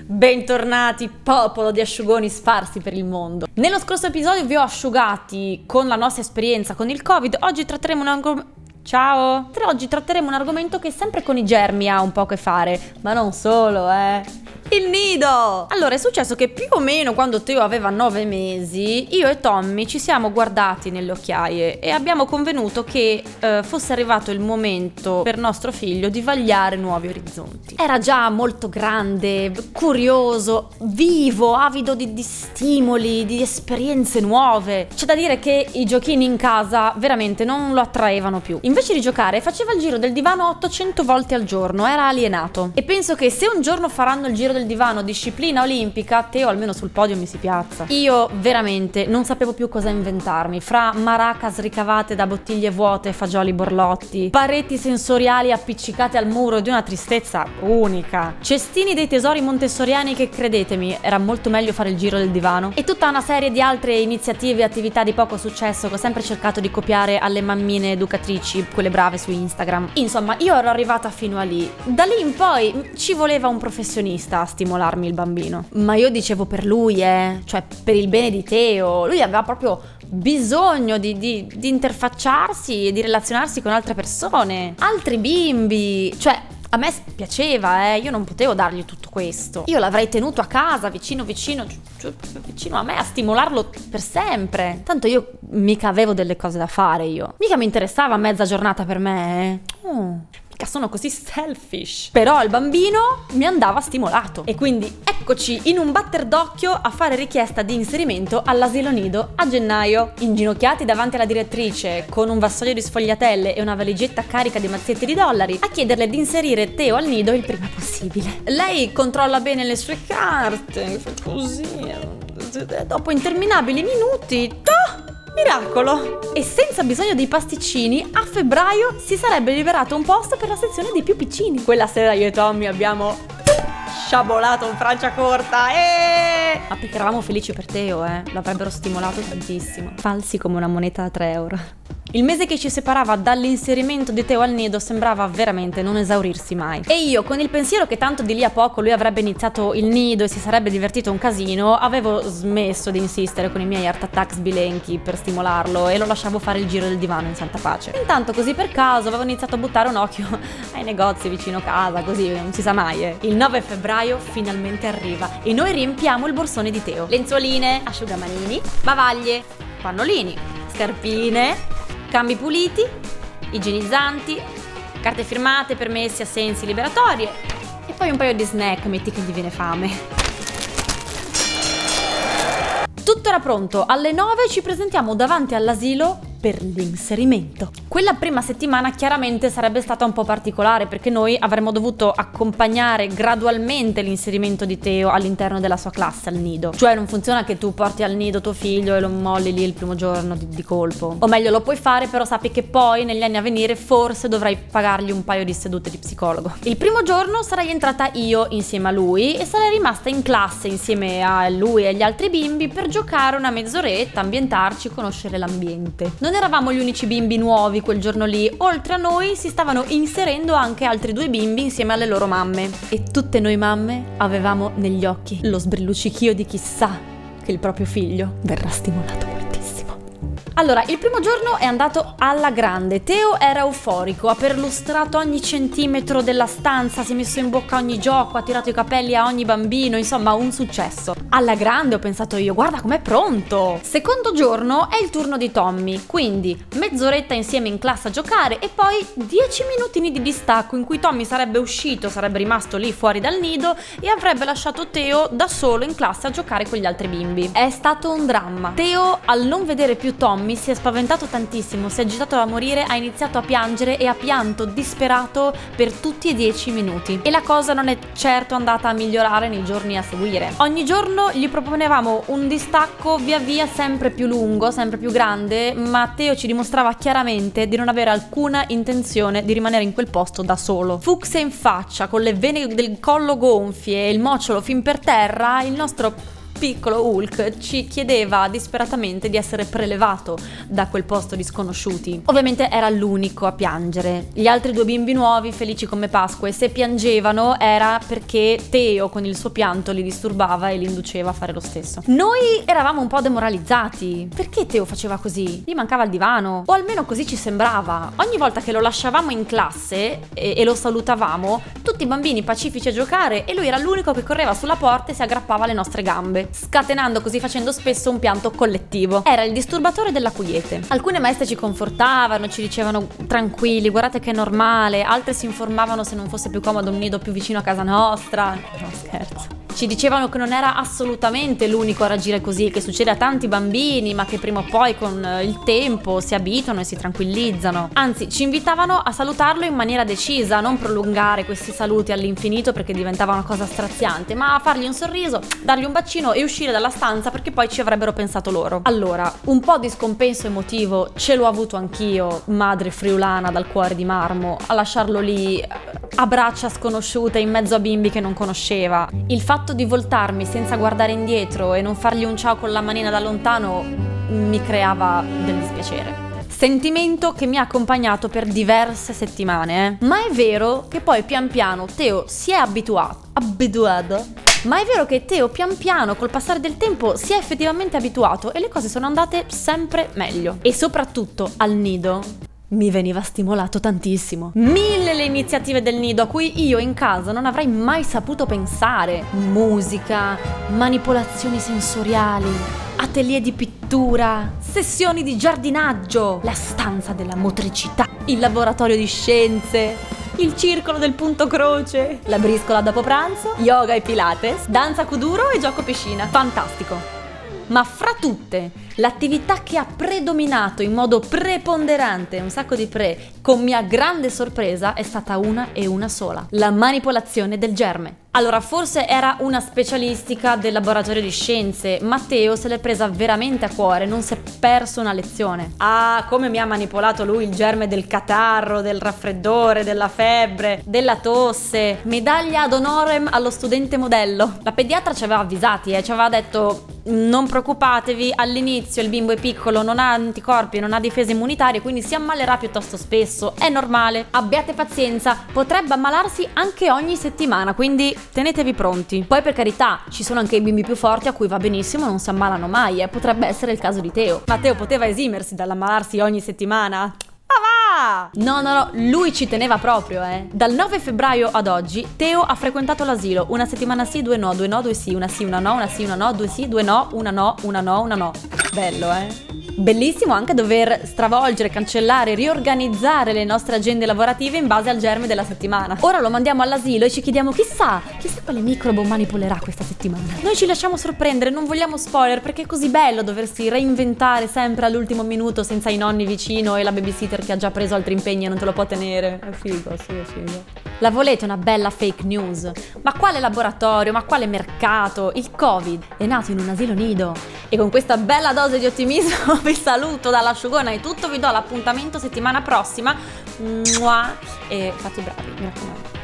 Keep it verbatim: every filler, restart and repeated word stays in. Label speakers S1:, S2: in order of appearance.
S1: Bentornati, popolo di asciugoni sparsi per il mondo. Nello scorso episodio vi ho asciugati con la nostra esperienza con il Covid. Oggi tratteremo un argomento... Ciao! Oggi tratteremo un argomento che sempre con i germi ha un po' a che fare, ma non solo, eh... Il nido! Allora, è successo che più o meno quando Teo aveva nove mesi, io e Tommy ci siamo guardati nelle occhiaie e abbiamo convenuto che eh, fosse arrivato il momento per nostro figlio di vagliare nuovi orizzonti. Era già molto grande, curioso, vivo, avido di, di stimoli, di esperienze nuove. C'è da dire che i giochini in casa veramente non lo attraevano più. Invece di giocare, faceva il giro del divano ottocento volte al giorno, era alienato. E penso che se un giorno faranno il giro del divano disciplina olimpica, Teo almeno sul podio mi si piazza. Io veramente non sapevo più cosa inventarmi, fra maracas ricavate da bottiglie vuote e fagioli borlotti, pareti sensoriali appiccicate al muro di una tristezza unica, cestini dei tesori montessoriani che, credetemi, era molto meglio fare il giro del divano, e tutta una serie di altre iniziative e attività di poco successo che ho sempre cercato di copiare alle mammine educatrici, quelle brave su Instagram. Insomma, io ero arrivata fino a lì. Da lì in poi ci voleva un professionista a stimolarmi il bambino. Ma io dicevo per lui, eh, cioè per il bene di Teo. Lui aveva proprio bisogno di, di, di interfacciarsi e di relazionarsi con altre persone, altri bimbi, cioè a me piaceva, eh, io non potevo dargli tutto questo. Io l'avrei tenuto a casa, vicino vicino, vicino a me, a stimolarlo per sempre. Tanto io mica avevo delle cose da fare io. Mica mi interessava mezza giornata per me, eh. Oh. Mica sono così selfish. Però il bambino mi andava stimolato. E quindi eccoci in un batter d'occhio a fare richiesta di inserimento all'asilo nido a gennaio. Inginocchiati davanti alla direttrice con un vassoio di sfogliatelle e una valigetta carica di mazzetti di dollari a chiederle di inserire Teo al nido il prima possibile. Lei controlla bene le sue carte, fa così. Dopo interminabili minuti, toh! Miracolo! E senza bisogno di pasticcini, a febbraio si sarebbe liberato un posto per la sezione dei più piccini. Quella sera io e Tommy abbiamo sciabolato un Franciacorta, e ma perché eravamo felici per Teo, eh. Lo avrebbero stimolato tantissimo. Falsi come una moneta da tre euro. Il mese che ci separava dall'inserimento di Teo al nido sembrava veramente non esaurirsi mai. E io, con il pensiero che tanto di lì a poco lui avrebbe iniziato il nido e si sarebbe divertito un casino, avevo smesso di insistere con i miei heart attack sbilenchi per stimolarlo e lo lasciavo fare il giro del divano in santa pace. Intanto, così per caso, avevo iniziato a buttare un occhio ai negozi vicino casa, così non si sa mai, eh. Il nove febbraio finalmente arriva e noi riempiamo il borsone di Teo. Lenzuoline, asciugamanini, bavaglie, pannolini, scarpine, cambi puliti, igienizzanti, carte firmate, permessi, assensi, liberatorie e poi un paio di snack, metti che gli viene fame. Tutto era pronto, alle nove ci presentiamo davanti all'asilo per l'inserimento. Quella prima settimana chiaramente sarebbe stata un po' particolare perché noi avremmo dovuto accompagnare gradualmente l'inserimento di Teo all'interno della sua classe al nido. Cioè non funziona che tu porti al nido tuo figlio e lo molli lì il primo giorno di, di colpo. O meglio, lo puoi fare, però sappi che poi negli anni a venire forse dovrai pagargli un paio di sedute di psicologo. Il primo giorno sarei entrata io insieme a lui e sarei rimasta in classe insieme a lui e agli altri bimbi per giocare una mezz'oretta, ambientarci, conoscere l'ambiente. Non eravamo gli unici bimbi nuovi quel giorno lì, oltre a noi si stavano inserendo anche altri due bimbi insieme alle loro mamme. E tutte noi mamme avevamo negli occhi lo sbrilluccichio di chi sa che il proprio figlio verrà stimolato moltissimo. Allora, il primo giorno è andato alla grande. Teo era euforico, ha perlustrato ogni centimetro della stanza, si è messo in bocca ogni gioco, ha tirato i capelli a ogni bambino, insomma un successo. Alla grande ho pensato io, guarda com'è pronto! Secondo giorno è il turno di Tommy, quindi mezz'oretta insieme in classe a giocare e poi dieci minutini di distacco in cui Tommy sarebbe uscito, sarebbe rimasto lì fuori dal nido e avrebbe lasciato Teo da solo in classe a giocare con gli altri bimbi. È stato un dramma. Teo, al non vedere più Tommy, si è spaventato tantissimo, si è agitato da morire, ha iniziato a piangere e ha pianto disperato per tutti e dieci minuti. E la cosa non è certo andata a migliorare nei giorni a seguire. Ogni giorno gli proponevamo un distacco via via sempre più lungo, sempre più grande, ma Teo ci dimostrava chiaramente di non avere alcuna intenzione di rimanere in quel posto da solo. Fucsia in faccia, con le vene del collo gonfie e il mocciolo fin per terra, il nostro piccolo Hulk ci chiedeva disperatamente di essere prelevato da quel posto di sconosciuti. Ovviamente era l'unico a piangere. Gli altri due bimbi nuovi, felici come Pasqua, e se piangevano era perché Teo con il suo pianto li disturbava e li induceva a fare lo stesso. Noi eravamo un po' demoralizzati. Perché Teo faceva così? Gli mancava il divano, o almeno così ci sembrava. Ogni volta che lo lasciavamo in classe e, e lo salutavamo, tutti i bambini pacifici a giocare e lui era l'unico che correva sulla porta e si aggrappava alle nostre gambe, scatenando così, facendo spesso un pianto collettivo. Era il disturbatore della quiete. Alcune maestre ci confortavano, ci dicevano tranquilli, guardate che è normale, altre si informavano se non fosse più comodo un nido più vicino a casa nostra. No, scherzo. Ci dicevano che non era assolutamente l'unico a reagire così, che succede a tanti bambini, ma che prima o poi con il tempo si abituano e si tranquillizzano. Anzi, ci invitavano a salutarlo in maniera decisa, a non prolungare questi saluti all'infinito perché diventava una cosa straziante, ma a fargli un sorriso, dargli un bacino e uscire dalla stanza perché poi ci avrebbero pensato loro. Allora, un po' di scompenso emotivo ce l'ho avuto anch'io, madre friulana dal cuore di marmo, a lasciarlo lì a braccia sconosciute in mezzo a bimbi che non conosceva. Il fatto di voltarmi senza guardare indietro e non fargli un ciao con la manina da lontano mi creava del dispiacere. Sentimento che mi ha accompagnato per diverse settimane, eh. Ma è vero che poi pian piano Teo si è abituato. Abituato? Ma è vero che Teo pian piano col passare del tempo si è effettivamente abituato e le cose sono andate sempre meglio. E soprattutto al nido mi veniva stimolato tantissimo. Mille le iniziative del nido a cui io in casa non avrei mai saputo pensare. Musica, manipolazioni sensoriali, atelier di pittura, sessioni di giardinaggio, la stanza della motricità, il laboratorio di scienze, il circolo del punto croce, la briscola dopo pranzo, yoga e pilates, danza kuduro e gioco piscina. Fantastico! Ma fra tutte, l'attività che ha predominato in modo preponderante, un sacco di pre, con mia grande sorpresa, è stata una e una sola: la manipolazione del germe. Allora, forse era una specialistica del laboratorio di scienze, Matteo se l'è presa veramente a cuore, non si è perso una lezione. Ah, come mi ha manipolato lui il germe del catarro, del raffreddore, della febbre, della tosse. Medaglia ad honorem allo studente modello. La pediatra ci aveva avvisati, eh, ci aveva detto: non preoccupatevi, all'inizio il bimbo è piccolo, non ha anticorpi, non ha difese immunitarie, quindi si ammalerà piuttosto spesso, è normale, abbiate pazienza, potrebbe ammalarsi anche ogni settimana, quindi tenetevi pronti. Poi, per carità, ci sono anche i bimbi più forti a cui va benissimo, non si ammalano mai, eh. Potrebbe essere il caso di Teo. Matteo poteva esimersi dall'ammalarsi ogni settimana? No, no, no, lui ci teneva proprio, eh. Dal nove febbraio ad oggi Teo ha frequentato l'asilo. Una settimana sì, due no, due no, due sì, una sì, una no, una sì, una no, due sì, due no, una no, una no, una no. Bello, eh. Bellissimo anche dover stravolgere, cancellare, riorganizzare le nostre agende lavorative in base al germe della settimana. Ora lo mandiamo all'asilo e ci chiediamo: chissà, chissà quale microbo manipolerà questa settimana. Noi ci lasciamo sorprendere, non vogliamo spoiler perché è così bello doversi reinventare sempre all'ultimo minuto senza i nonni vicino e la babysitter che ha già preso altri impegni e non te lo può tenere. È figo, sì, è figo. La volete una bella fake news? Ma quale laboratorio? Ma quale mercato? Il Covid è nato in un asilo nido. E con questa bella dose di ottimismo vi saluto dall'asciugona e tutto, vi do l'appuntamento settimana prossima. Mua! E fate i bravi, mi raccomando.